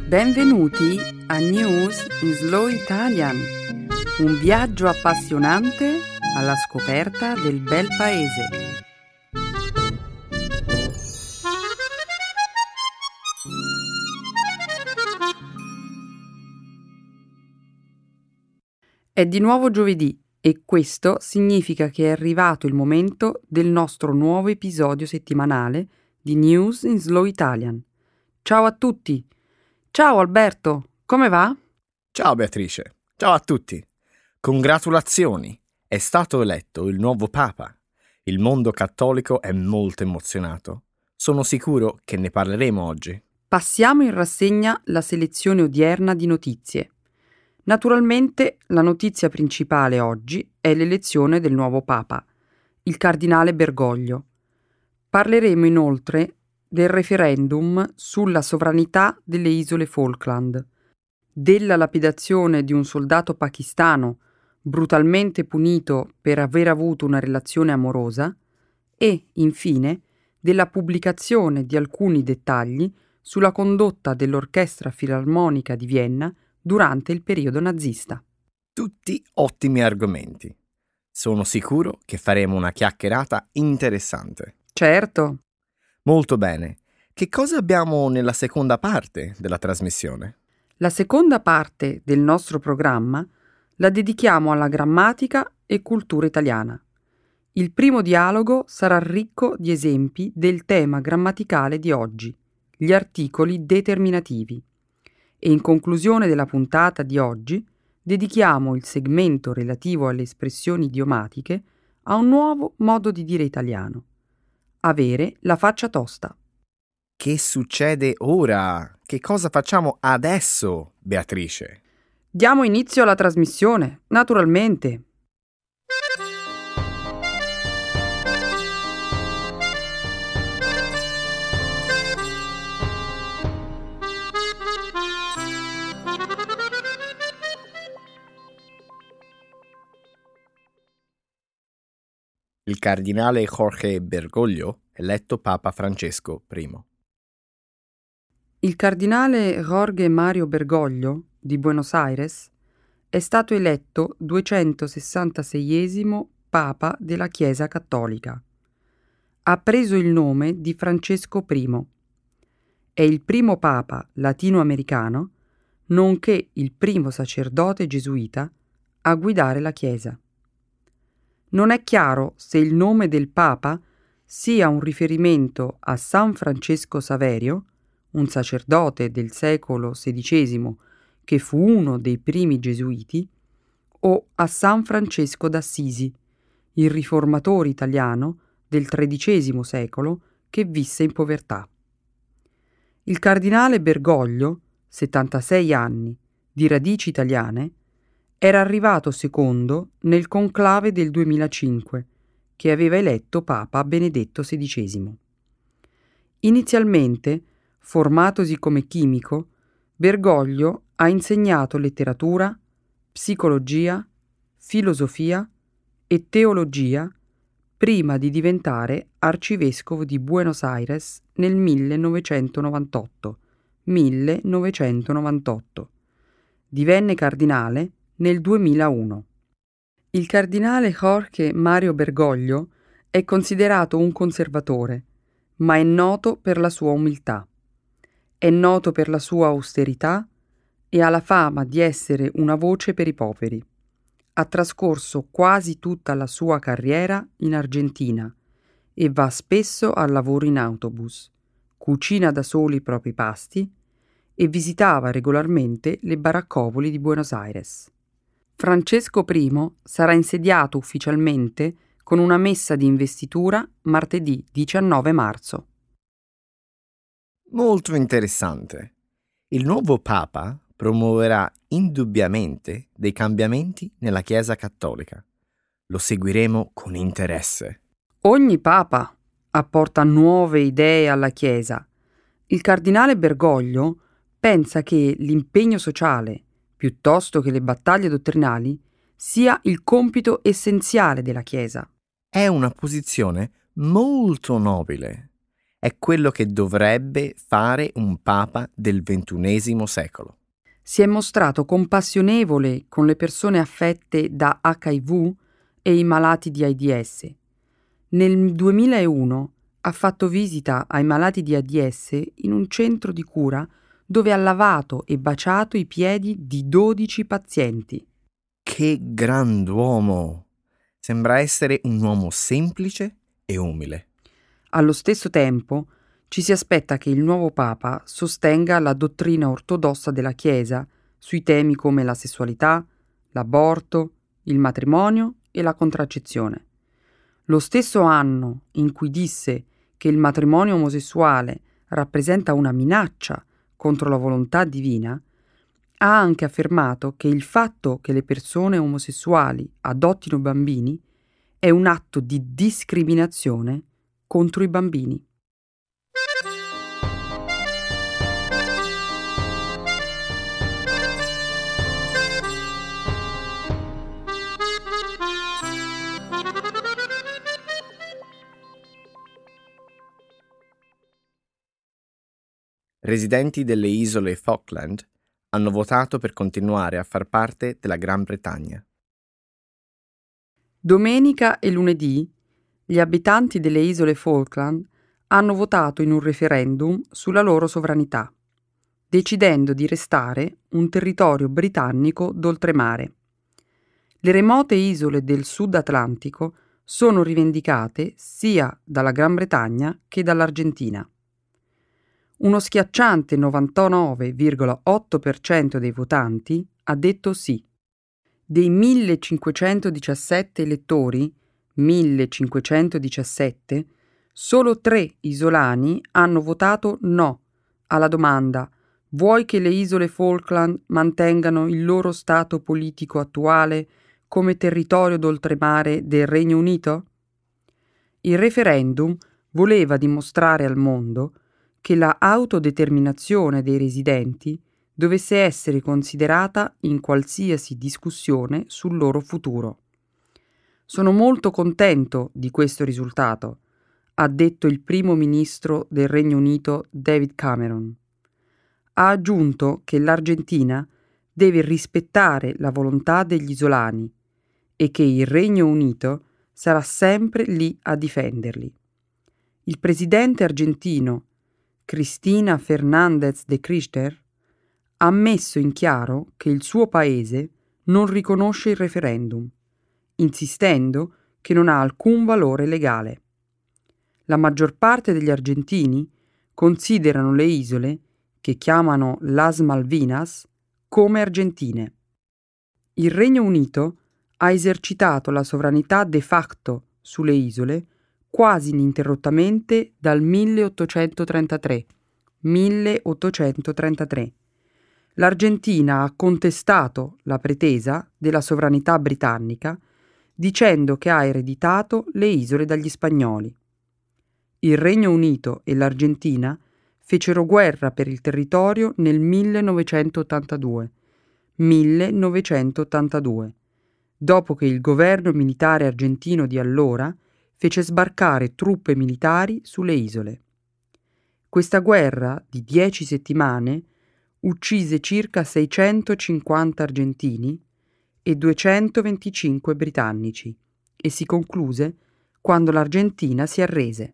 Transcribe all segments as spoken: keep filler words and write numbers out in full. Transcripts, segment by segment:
Benvenuti a News in Slow Italian, un viaggio appassionante alla scoperta del bel paese. È di nuovo giovedì e questo significa che è arrivato il momento del nostro nuovo episodio settimanale di News in Slow Italian. Ciao a tutti! Ciao Alberto, come va? Ciao Beatrice, ciao a tutti. Congratulazioni, è stato eletto il nuovo Papa. Il mondo cattolico è molto emozionato. Sono sicuro che ne parleremo oggi. Passiamo in rassegna la selezione odierna di notizie. Naturalmente la notizia principale oggi è l'elezione del nuovo Papa, il cardinale Bergoglio. Parleremo inoltre del referendum sulla sovranità delle isole Falkland, della lapidazione di un soldato pakistano brutalmente punito per aver avuto una relazione amorosa e, infine, della pubblicazione di alcuni dettagli sulla condotta dell'Orchestra Filarmonica di Vienna durante il periodo nazista. Tutti ottimi argomenti. Sono sicuro che faremo una chiacchierata interessante. Certo. Molto bene. Che cosa abbiamo nella seconda parte della trasmissione? La seconda parte del nostro programma la dedichiamo alla grammatica e cultura italiana. Il primo dialogo sarà ricco di esempi del tema grammaticale di oggi, gli articoli determinativi. E in conclusione della puntata di oggi dedichiamo il segmento relativo alle espressioni idiomatiche a un nuovo modo di dire italiano: avere la faccia tosta. Che succede ora? Che cosa facciamo adesso, Beatrice? Diamo inizio alla trasmissione, naturalmente. Il cardinale Jorge Bergoglio, eletto Papa Francesco primo. Il cardinale Jorge Mario Bergoglio di Buenos Aires è stato eletto duecentosessantaseiesimo Papa della Chiesa Cattolica. Ha preso il nome di Francesco primo. È il primo Papa latinoamericano, nonché il primo sacerdote gesuita a guidare la Chiesa. Non è chiaro se il nome del Papa sia un riferimento a San Francesco Saverio, un sacerdote del secolo sedicesimo che fu uno dei primi gesuiti, o a San Francesco d'Assisi, il riformatore italiano del tredicesimo secolo che visse in povertà. Il cardinale Bergoglio, settantasei anni, di radici italiane, era arrivato secondo nel conclave del duemilacinque, che aveva eletto Papa Benedetto sedicesimo. Inizialmente, formatosi come chimico, Bergoglio ha insegnato letteratura, psicologia, filosofia e teologia prima di diventare arcivescovo di Buenos Aires nel millenovecentonovantotto. millenovecentonovantotto. Divenne cardinale nel duemilauno. Il cardinale Jorge Mario Bergoglio è considerato un conservatore, ma è noto per la sua umiltà. È noto per la sua austerità e ha la fama di essere una voce per i poveri. Ha trascorso quasi tutta la sua carriera in Argentina e va spesso al lavoro in autobus, cucina da solo i propri pasti e visitava regolarmente le baraccopoli di Buenos Aires. Francesco primo sarà insediato ufficialmente con una messa di investitura martedì diciannove marzo. Molto interessante. Il nuovo Papa promuoverà indubbiamente dei cambiamenti nella Chiesa Cattolica. Lo seguiremo con interesse. Ogni Papa apporta nuove idee alla Chiesa. Il cardinale Bergoglio pensa che l'impegno sociale, piuttosto che le battaglie dottrinali, sia il compito essenziale della Chiesa. È una posizione molto nobile. È quello che dovrebbe fare un papa del ventunesimo secolo. Si è mostrato compassionevole con le persone affette da acca i vu e i malati di AIDS. Nel duemilauno ha fatto visita ai malati di AIDS in un centro di cura dove ha lavato e baciato i piedi di dodici pazienti. Che grand'uomo! Sembra essere un uomo semplice e umile. Allo stesso tempo, ci si aspetta che il nuovo Papa sostenga la dottrina ortodossa della Chiesa sui temi come la sessualità, l'aborto, il matrimonio e la contraccezione. Lo stesso anno in cui disse che il matrimonio omosessuale rappresenta una minaccia contro la volontà divina, ha anche affermato che il fatto che le persone omosessuali adottino bambini è un atto di discriminazione contro i bambini. Residenti delle isole Falkland hanno votato per continuare a far parte della Gran Bretagna. Domenica e lunedì gli abitanti delle isole Falkland hanno votato in un referendum sulla loro sovranità, decidendo di restare un territorio britannico d'oltremare. Le remote isole del Sud Atlantico sono rivendicate sia dalla Gran Bretagna che dall'Argentina. Uno schiacciante novantanove virgola otto per cento dei votanti ha detto sì. Dei millecinquecentodiciassette elettori, millecinquecentodiciassette, solo tre isolani hanno votato no alla domanda: vuoi che le isole Falkland mantengano il loro stato politico attuale come territorio d'oltremare del Regno Unito? Il referendum voleva dimostrare al mondo che la autodeterminazione dei residenti dovesse essere considerata in qualsiasi discussione sul loro futuro. Sono molto contento di questo risultato, ha detto il primo ministro del Regno Unito David Cameron. Ha aggiunto che l'Argentina deve rispettare la volontà degli isolani e che il Regno Unito sarà sempre lì a difenderli. Il presidente argentino Cristina Fernández de Kirchner ha messo in chiaro che il suo paese non riconosce il referendum, insistendo che non ha alcun valore legale. La maggior parte degli argentini considerano le isole, che chiamano Las Malvinas, come argentine. Il Regno Unito ha esercitato la sovranità de facto sulle isole quasi ininterrottamente dal milleottocentotrentatré. milleottocentotrentatré. L'Argentina ha contestato la pretesa della sovranità britannica dicendo che ha ereditato le isole dagli spagnoli. Il Regno Unito e l'Argentina fecero guerra per il territorio nel millenovecentottantadue. millenovecentottantadue, dopo che il governo militare argentino di allora fece sbarcare truppe militari sulle isole. Questa guerra di dieci settimane uccise circa seicentocinquanta argentini e duecentoventicinque britannici e si concluse quando l'Argentina si arrese.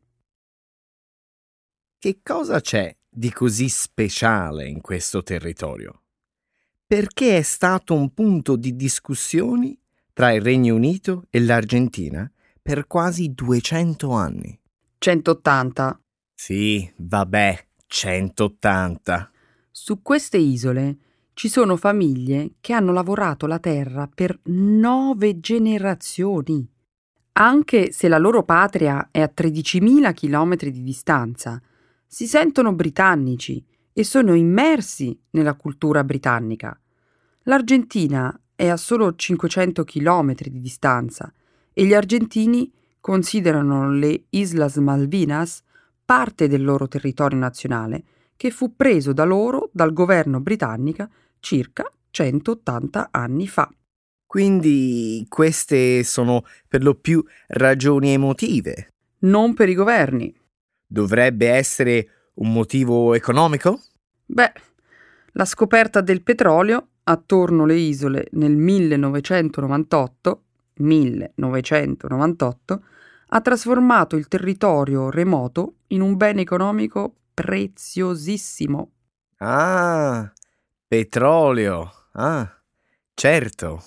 Che cosa c'è di così speciale in questo territorio? Perché è stato un punto di discussioni tra il Regno Unito e l'Argentina per quasi duecento anni. centottanta. Sì, vabbè, centottanta. Su queste isole ci sono famiglie che hanno lavorato la terra per nove generazioni. Anche se la loro patria è a tredicimila chilometri di distanza, si sentono britannici e sono immersi nella cultura britannica. L'Argentina è a solo cinquecento chilometri di distanza e gli argentini considerano le Islas Malvinas parte del loro territorio nazionale, che fu preso da loro dal governo britannico circa centottanta anni fa. Quindi queste sono per lo più ragioni emotive. Non per i governi. Dovrebbe essere un motivo economico? Beh, la scoperta del petrolio attorno alle isole nel millenovecentonovantotto, millenovecentonovantotto ha trasformato il territorio remoto in un bene economico preziosissimo. Ah, petrolio. Ah, certo.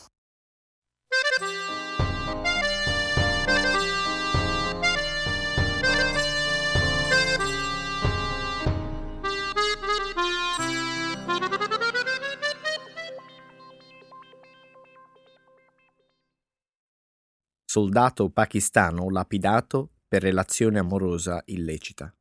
Soldato pakistano lapidato per relazione amorosa illecita.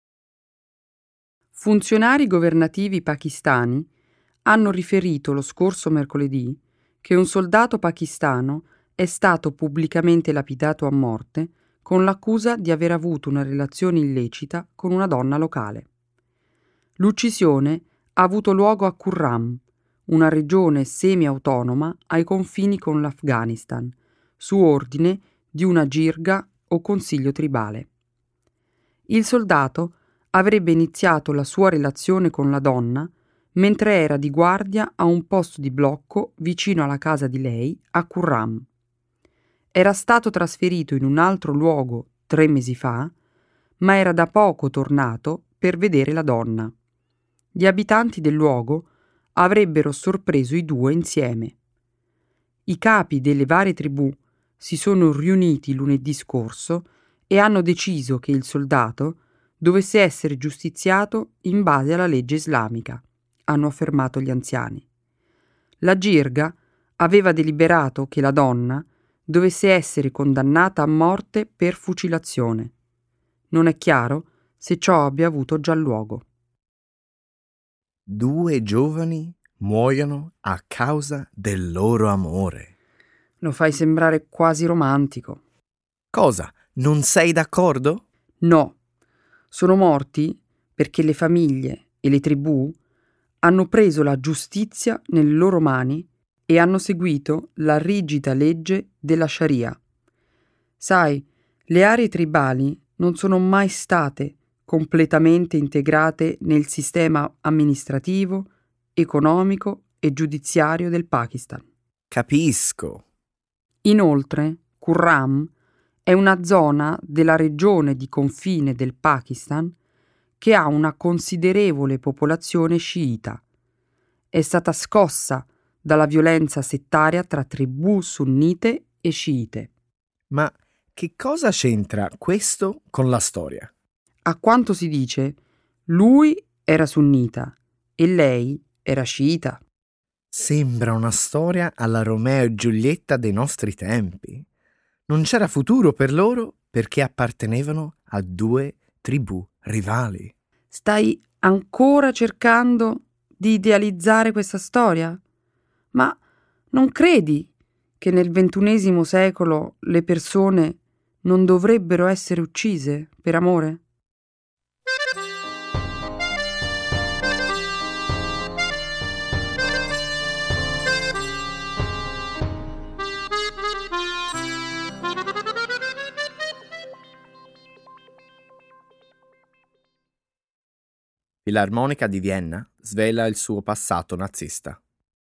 Funzionari governativi pakistani hanno riferito lo scorso mercoledì che un soldato pakistano è stato pubblicamente lapidato a morte con l'accusa di aver avuto una relazione illecita con una donna locale. L'uccisione ha avuto luogo a Kurram, una regione semi-autonoma ai confini con l'Afghanistan, su ordine di una girga o consiglio tribale. Il soldato avrebbe iniziato la sua relazione con la donna mentre era di guardia a un posto di blocco vicino alla casa di lei a Kurram. Era stato trasferito in un altro luogo tre mesi fa, ma era da poco tornato per vedere la donna. Gli abitanti del luogo avrebbero sorpreso i due insieme. I capi delle varie tribù si sono riuniti lunedì scorso e hanno deciso che il soldato dovesse essere giustiziato in base alla legge islamica, hanno affermato gli anziani. La girga aveva deliberato che la donna dovesse essere condannata a morte per fucilazione. Non è chiaro se ciò abbia avuto già luogo. Due giovani muoiono a causa del loro amore. Lo fai sembrare quasi romantico. Cosa? Non sei d'accordo? No, sono morti perché le famiglie e le tribù hanno preso la giustizia nelle loro mani e hanno seguito la rigida legge della Sharia. Sai, le aree tribali non sono mai state completamente integrate nel sistema amministrativo, economico e giudiziario del Pakistan. Capisco. Inoltre, Kurram è una zona della regione di confine del Pakistan che ha una considerevole popolazione sciita. È stata scossa dalla violenza settaria tra tribù sunnite e sciite. Ma che cosa c'entra questo con la storia? A quanto si dice, lui era sunnita e lei era sciita. Sembra una storia alla Romeo e Giulietta dei nostri tempi. Non c'era futuro per loro perché appartenevano a due tribù rivali. Stai ancora cercando di idealizzare questa storia? Ma non credi che nel ventunesimo secolo le persone non dovrebbero essere uccise per amore? Filarmonica di Vienna svela il suo passato nazista.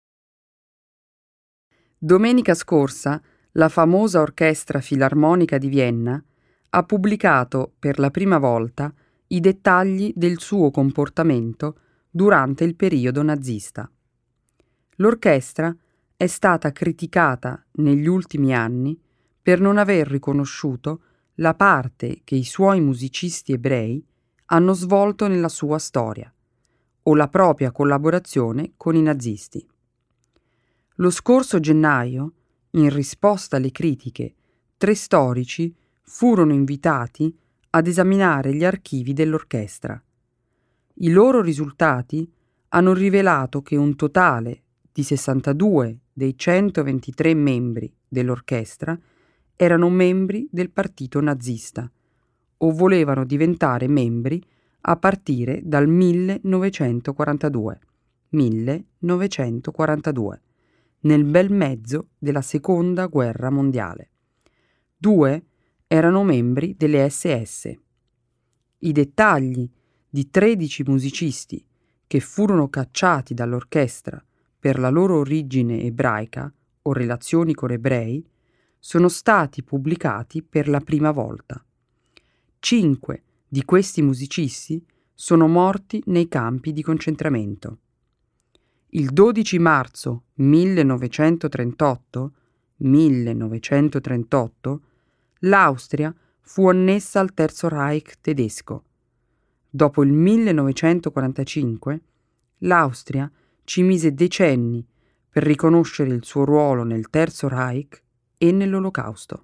Domenica scorsa la famosa Orchestra Filarmonica di Vienna ha pubblicato per la prima volta i dettagli del suo comportamento durante il periodo nazista. L'orchestra è stata criticata negli ultimi anni per non aver riconosciuto la parte che i suoi musicisti ebrei hanno svolto nella sua storia o la propria collaborazione con i nazisti. Lo scorso gennaio, in risposta alle critiche, tre storici furono invitati ad esaminare gli archivi dell'orchestra. I loro risultati hanno rivelato che un totale di sessantadue dei centoventitré membri dell'orchestra erano membri del partito nazista o volevano diventare membri a partire dal millenovecentoquarantadue. millenovecentoquarantadue, nel bel mezzo della Seconda Guerra Mondiale. Due erano membri delle esse esse. I dettagli di tredici musicisti che furono cacciati dall'orchestra per la loro origine ebraica o relazioni con ebrei sono stati pubblicati per la prima volta. Cinque di questi musicisti sono morti nei campi di concentramento. Il dodici marzo millenovecentotrentotto, millenovecentotrentotto, l'Austria fu annessa al Terzo Reich tedesco. Dopo il millenovecentoquarantacinque, l'Austria ci mise decenni per riconoscere il suo ruolo nel Terzo Reich e nell'Olocausto.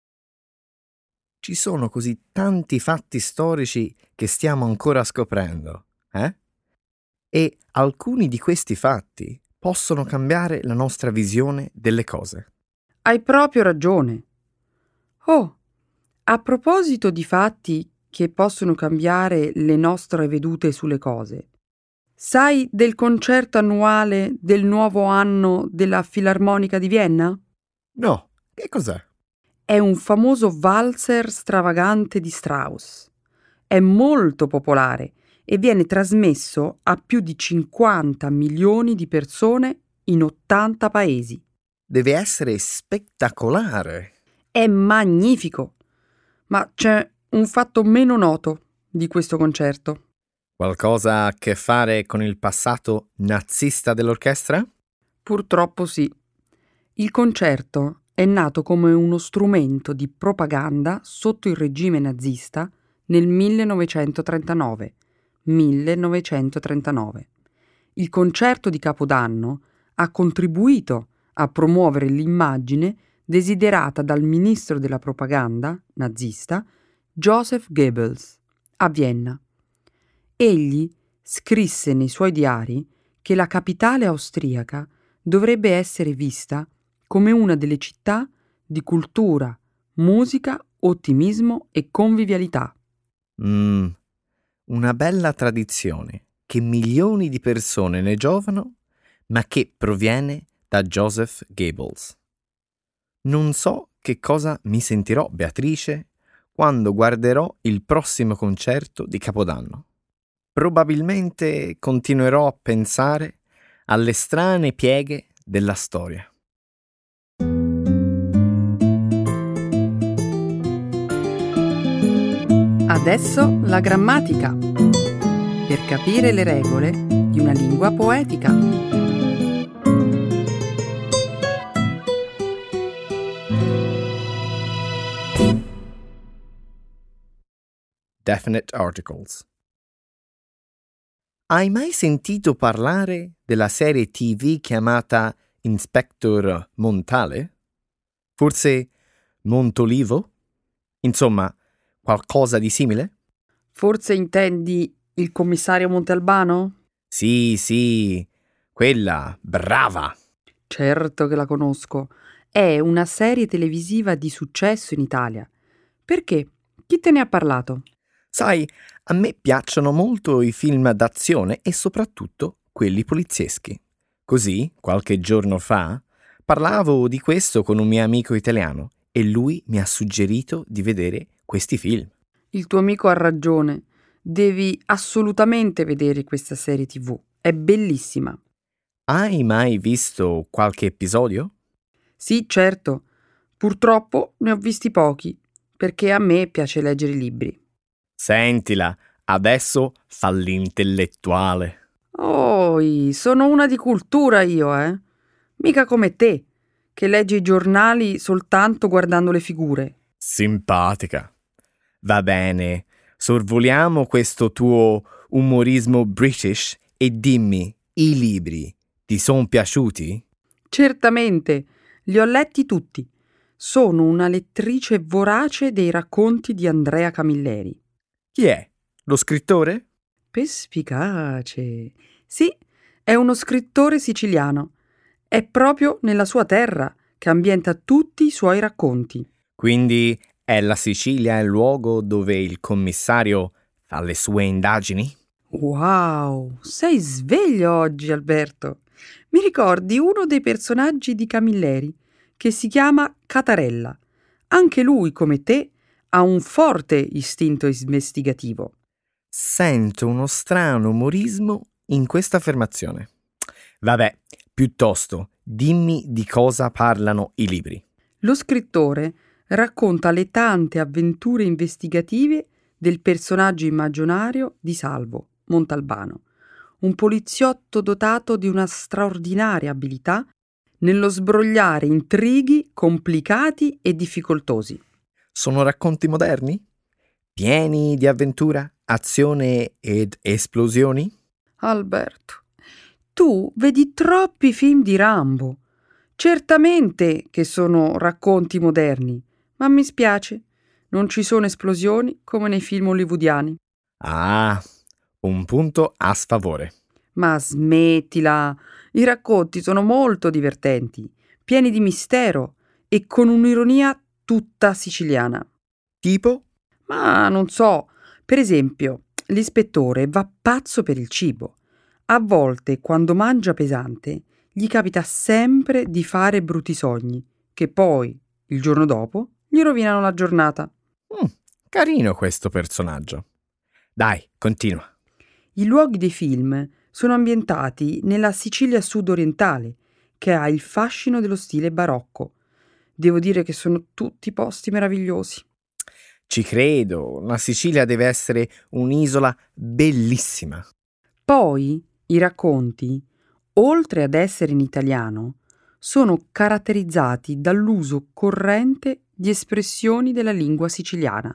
Ci sono così tanti fatti storici che stiamo ancora scoprendo, eh? E alcuni di questi fatti possono cambiare la nostra visione delle cose. Hai proprio ragione. Oh, a proposito di fatti che possono cambiare le nostre vedute sulle cose, sai del concerto annuale del nuovo anno della Filarmonica di Vienna? No, che cos'è? È un famoso valzer stravagante di Strauss. È molto popolare e viene trasmesso a più di cinquanta milioni di persone in ottanta paesi. Deve essere spettacolare. È magnifico, ma c'è un fatto meno noto di questo concerto. Qualcosa a che fare con il passato nazista dell'orchestra? Purtroppo sì. Il concerto è nato come uno strumento di propaganda sotto il regime nazista nel millenovecentotrentanove. millenovecentotrentanove. Il concerto di Capodanno ha contribuito a promuovere l'immagine desiderata dal ministro della propaganda nazista Joseph Goebbels a Vienna. Egli scrisse nei suoi diari che la capitale austriaca dovrebbe essere vista come una delle città di cultura, musica, ottimismo e convivialità. Mm, una bella tradizione che milioni di persone ne giovano, ma che proviene da Joseph Goebbels. Non so che cosa mi sentirò, Beatrice, quando guarderò il prossimo concerto di Capodanno. Probabilmente continuerò a pensare alle strane pieghe della storia. Adesso la grammatica, per capire le regole di una lingua poetica. Definite articles. Hai mai sentito parlare della serie T V chiamata Inspector Montale? Forse Montolivo? Insomma, qualcosa di simile? Forse intendi il commissario Montalbano? Sì, sì, quella, brava! Certo che la conosco. È una serie televisiva di successo in Italia. Perché? Chi te ne ha parlato? Sai, a me piacciono molto i film d'azione e soprattutto quelli polizieschi. Così, qualche giorno fa, parlavo di questo con un mio amico italiano e lui mi ha suggerito di vedere questi film. Il tuo amico ha ragione. Devi assolutamente vedere questa serie tivù. È bellissima. Hai mai visto qualche episodio? Sì, certo. Purtroppo ne ho visti pochi, perché a me piace leggere i libri. Sentila, adesso fa l'intellettuale. Oh, sono una di cultura io, eh? Mica come te, che leggi i giornali soltanto guardando le figure. Simpatica. Va bene, sorvoliamo questo tuo umorismo british e dimmi, i libri ti sono piaciuti? Certamente, li ho letti tutti. Sono una lettrice vorace dei racconti di Andrea Camilleri. Chi è? Lo scrittore? Perspicace. Sì, è uno scrittore siciliano. È proprio nella sua terra che ambienta tutti i suoi racconti. Quindi è la Sicilia il luogo dove il commissario fa le sue indagini? Wow, sei sveglio oggi, Alberto. Mi ricordi uno dei personaggi di Camilleri, che si chiama Catarella. Anche lui, come te, ha un forte istinto investigativo. Sento uno strano umorismo in questa affermazione. Vabbè, piuttosto, dimmi di cosa parlano i libri. Lo scrittore racconta le tante avventure investigative del personaggio immaginario di Salvo Montalbano, un poliziotto dotato di una straordinaria abilità nello sbrogliare intrighi complicati e difficoltosi. Sono racconti moderni? Pieni di avventura, azione ed esplosioni? Alberto, tu vedi troppi film di Rambo. Certamente che sono racconti moderni, ma mi spiace, non ci sono esplosioni come nei film hollywoodiani. Ah, un punto a sfavore. Ma smettila, i racconti sono molto divertenti, pieni di mistero e con un'ironia tutta siciliana. Tipo? Ma non so, per esempio, l'ispettore va pazzo per il cibo. A volte, quando mangia pesante, gli capita sempre di fare brutti sogni, che poi, il giorno dopo, gli rovinano la giornata. Mm, carino questo personaggio. Dai, continua. I luoghi dei film sono ambientati nella Sicilia sud-orientale, che ha il fascino dello stile barocco. Devo dire che sono tutti posti meravigliosi. Ci credo, la Sicilia deve essere un'isola bellissima. Poi i racconti, oltre ad essere in italiano, sono caratterizzati dall'uso corrente di espressioni della lingua siciliana.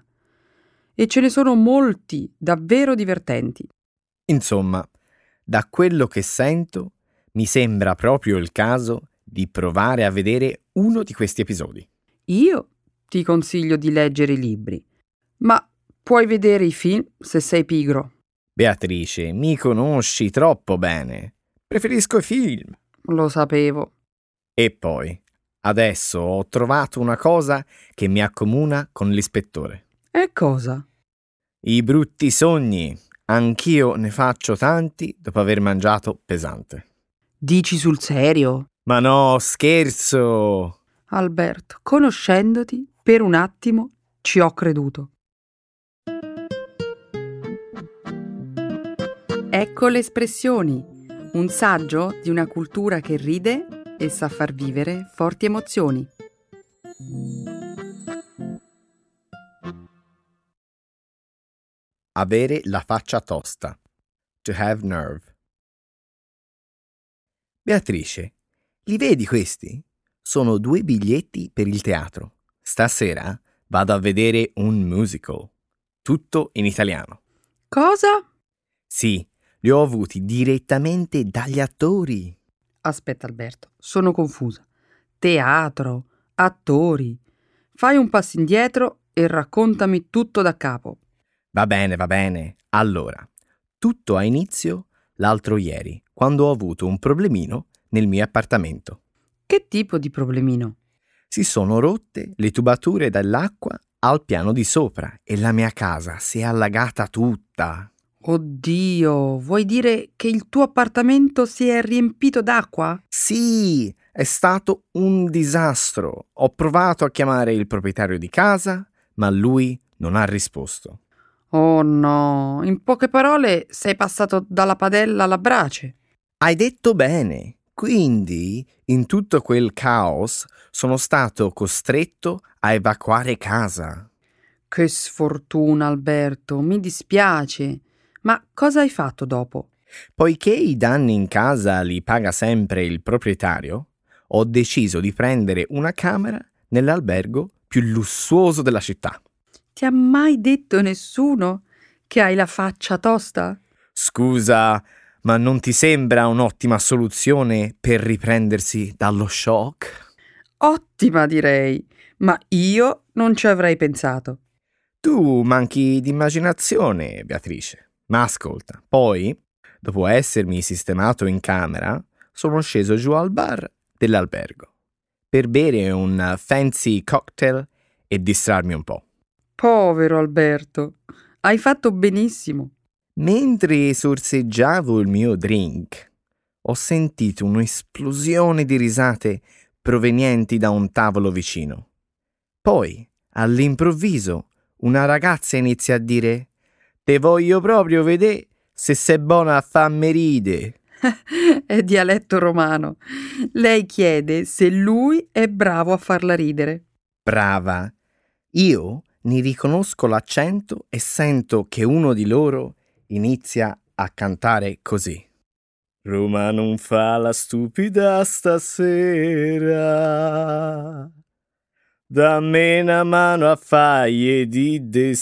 E ce ne sono molti davvero divertenti. Insomma, da quello che sento, mi sembra proprio il caso di provare a vedere uno di questi episodi. Io ti consiglio di leggere i libri, ma puoi vedere i film se sei pigro. Beatrice, mi conosci troppo bene. Preferisco i film. Lo sapevo. E poi, adesso ho trovato una cosa che mi accomuna con l'ispettore. E cosa? I brutti sogni. Anch'io ne faccio tanti dopo aver mangiato pesante. Dici sul serio? Ma no, scherzo! Alberto, conoscendoti, per un attimo ci ho creduto. Ecco le espressioni, un saggio di una cultura che ride e sa far vivere forti emozioni. Avere la faccia tosta. To have nerve. Beatrice, li vedi questi? Sono due biglietti per il teatro. Stasera vado a vedere un musical. Tutto in italiano. Cosa? Sì, li ho avuti direttamente dagli attori. Aspetta Alberto, sono confusa. Teatro, attori. Fai un passo indietro e raccontami tutto da capo. Va bene, va bene. Allora, tutto ha inizio l'altro ieri, quando ho avuto un problemino nel mio appartamento. Che tipo di problemino? Si sono rotte le tubature dell'acqua al piano di sopra e la mia casa si è allagata tutta. Oddio, vuoi dire che il tuo appartamento si è riempito d'acqua? Sì, è stato un disastro. Ho provato a chiamare il proprietario di casa, ma lui non ha risposto. Oh no, in poche parole sei passato dalla padella alla brace. Hai detto bene. Quindi, in tutto quel caos, sono stato costretto a evacuare casa. Che sfortuna, Alberto, mi dispiace. Ma cosa hai fatto dopo? Poiché i danni in casa li paga sempre il proprietario, ho deciso di prendere una camera nell'albergo più lussuoso della città. Ti ha mai detto nessuno che hai la faccia tosta? Scusa, ma non ti sembra un'ottima soluzione per riprendersi dallo shock? Ottima, direi, ma io non ci avrei pensato. Tu manchi di immaginazione, Beatrice. Ma ascolta, poi, dopo essermi sistemato in camera, sono sceso giù al bar dell'albergo per bere un fancy cocktail e distrarmi un po'. Povero Alberto, hai fatto benissimo. Mentre sorseggiavo il mio drink, ho sentito un'esplosione di risate provenienti da un tavolo vicino. Poi, all'improvviso, una ragazza inizia a dire: Te voglio proprio vedere se sei buona a farmi ride. È dialetto romano. Lei chiede se lui è bravo a farla ridere. Brava. Io ne riconosco l'accento e sento che uno di loro inizia a cantare così. Roma non fa la stupida stasera, dammi una mano a faglie di de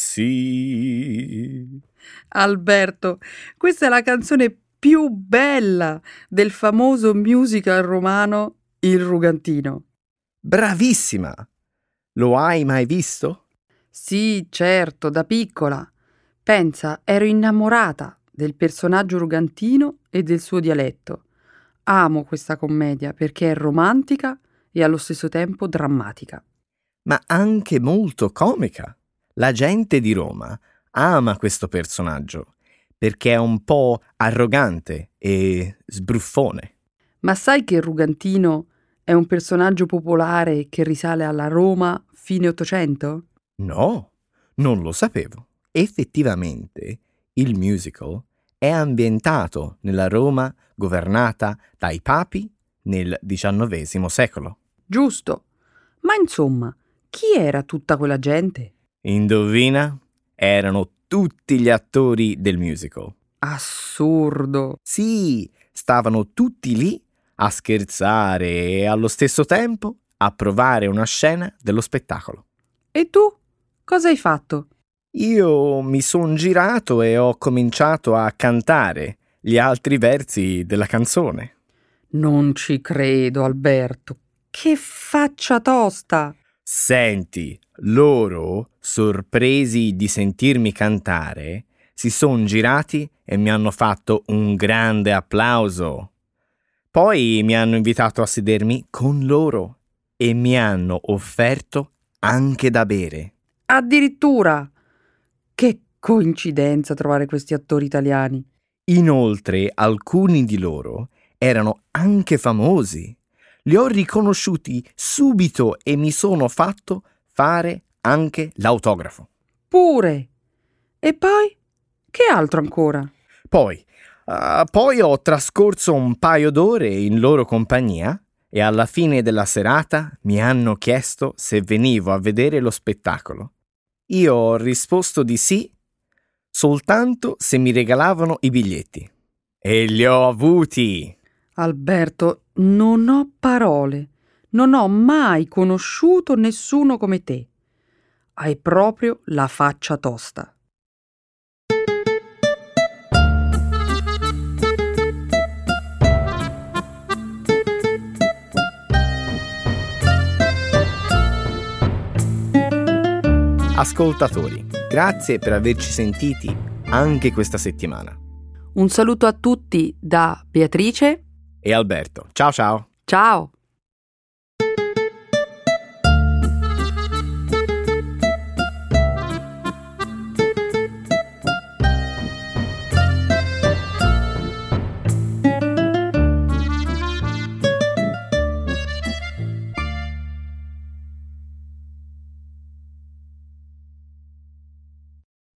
sì. Alberto, questa è la canzone più bella del famoso musical romano Il Rugantino. Bravissima! Lo hai mai visto? Sì, certo, da piccola. Pensa, ero innamorata del personaggio rugantino e del suo dialetto. Amo questa commedia perché è romantica e allo stesso tempo drammatica. Ma anche molto comica. La gente di Roma ama questo personaggio perché è un po' arrogante e sbruffone. Ma sai che il Rugantino è un personaggio popolare che risale alla Roma fine Ottocento? No, non lo sapevo. Effettivamente, il musical è ambientato nella Roma governata dai papi nel diciannovesimo secolo. Giusto. Ma insomma, chi era tutta quella gente? Indovina? Erano tutti gli attori del musical. Assurdo. Sì, stavano tutti lì a scherzare e allo stesso tempo a provare una scena dello spettacolo. E tu? Cosa hai fatto? Io mi son girato e ho cominciato a cantare gli altri versi della canzone. Non ci credo, Alberto. Che faccia tosta! Senti, loro, sorpresi di sentirmi cantare, si son girati e mi hanno fatto un grande applauso. Poi mi hanno invitato a sedermi con loro e mi hanno offerto anche da bere. Addirittura! Che coincidenza trovare questi attori italiani. Inoltre, alcuni di loro erano anche famosi. Li ho riconosciuti subito e mi sono fatto fare anche l'autografo. Pure! E poi? Che altro ancora? Poi, uh, poi ho trascorso un paio d'ore in loro compagnia e alla fine della serata mi hanno chiesto se venivo a vedere lo spettacolo. Io ho risposto di sì, soltanto se mi regalavano i biglietti. E li ho avuti! Alberto, non ho parole. Non ho mai conosciuto nessuno come te. Hai proprio la faccia tosta. Ascoltatori, grazie per averci sentiti anche questa settimana. Un saluto a tutti da Beatrice E Alberto. Ciao ciao! Ciao!